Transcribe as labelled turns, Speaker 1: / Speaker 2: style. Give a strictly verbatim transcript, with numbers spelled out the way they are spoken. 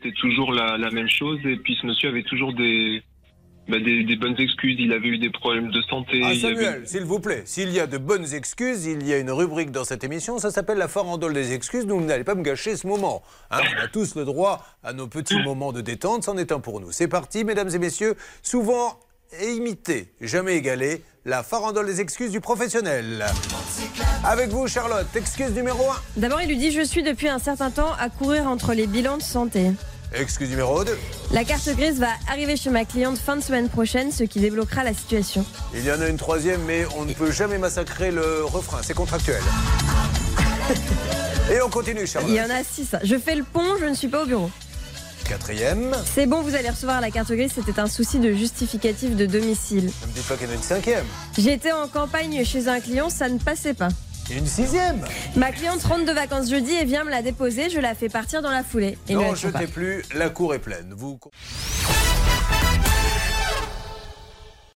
Speaker 1: c'était toujours la, la même chose. Et puis ce monsieur avait toujours des, bah, des, des bonnes excuses. Il avait eu des problèmes de santé.
Speaker 2: Ah, Samuel,
Speaker 1: avait...
Speaker 2: s'il vous plaît, s'il y a de bonnes excuses, il y a une rubrique dans cette émission, ça s'appelle la farandole des excuses. Donc vous n'allez pas me gâcher ce moment. Hein, on a tous le droit à nos petits moments de détente, c'en est un pour nous. C'est parti, mesdames et messieurs, souvent imité, jamais égalé, la farandole des excuses du professionnel. Avec vous, Charlotte, excuse numéro un.
Speaker 3: D'abord, il lui dit « Je suis depuis un certain temps à courir entre les bilans de santé. »
Speaker 2: Excuse numéro deux.
Speaker 3: La carte grise va arriver chez ma cliente fin de semaine prochaine, ce qui débloquera la situation.
Speaker 2: Il y en a une troisième, mais on ne peut jamais massacrer le refrain, c'est contractuel. Et on continue, Charlotte.
Speaker 3: Il y en a six. Je fais le pont, je ne suis pas au bureau.
Speaker 2: Quatrième.
Speaker 3: C'est bon, vous allez recevoir la carte grise, c'était un souci de justificatif de domicile.
Speaker 2: Ne me dites pas qu'il y en a une cinquième.
Speaker 3: J'étais en campagne chez un client, ça ne passait pas.
Speaker 2: Une sixième.
Speaker 3: Ma cliente rentre de vacances jeudi et vient me la déposer, je la fais partir dans la foulée. Et
Speaker 2: Non, je t'ai plus, la cour est pleine. Vous...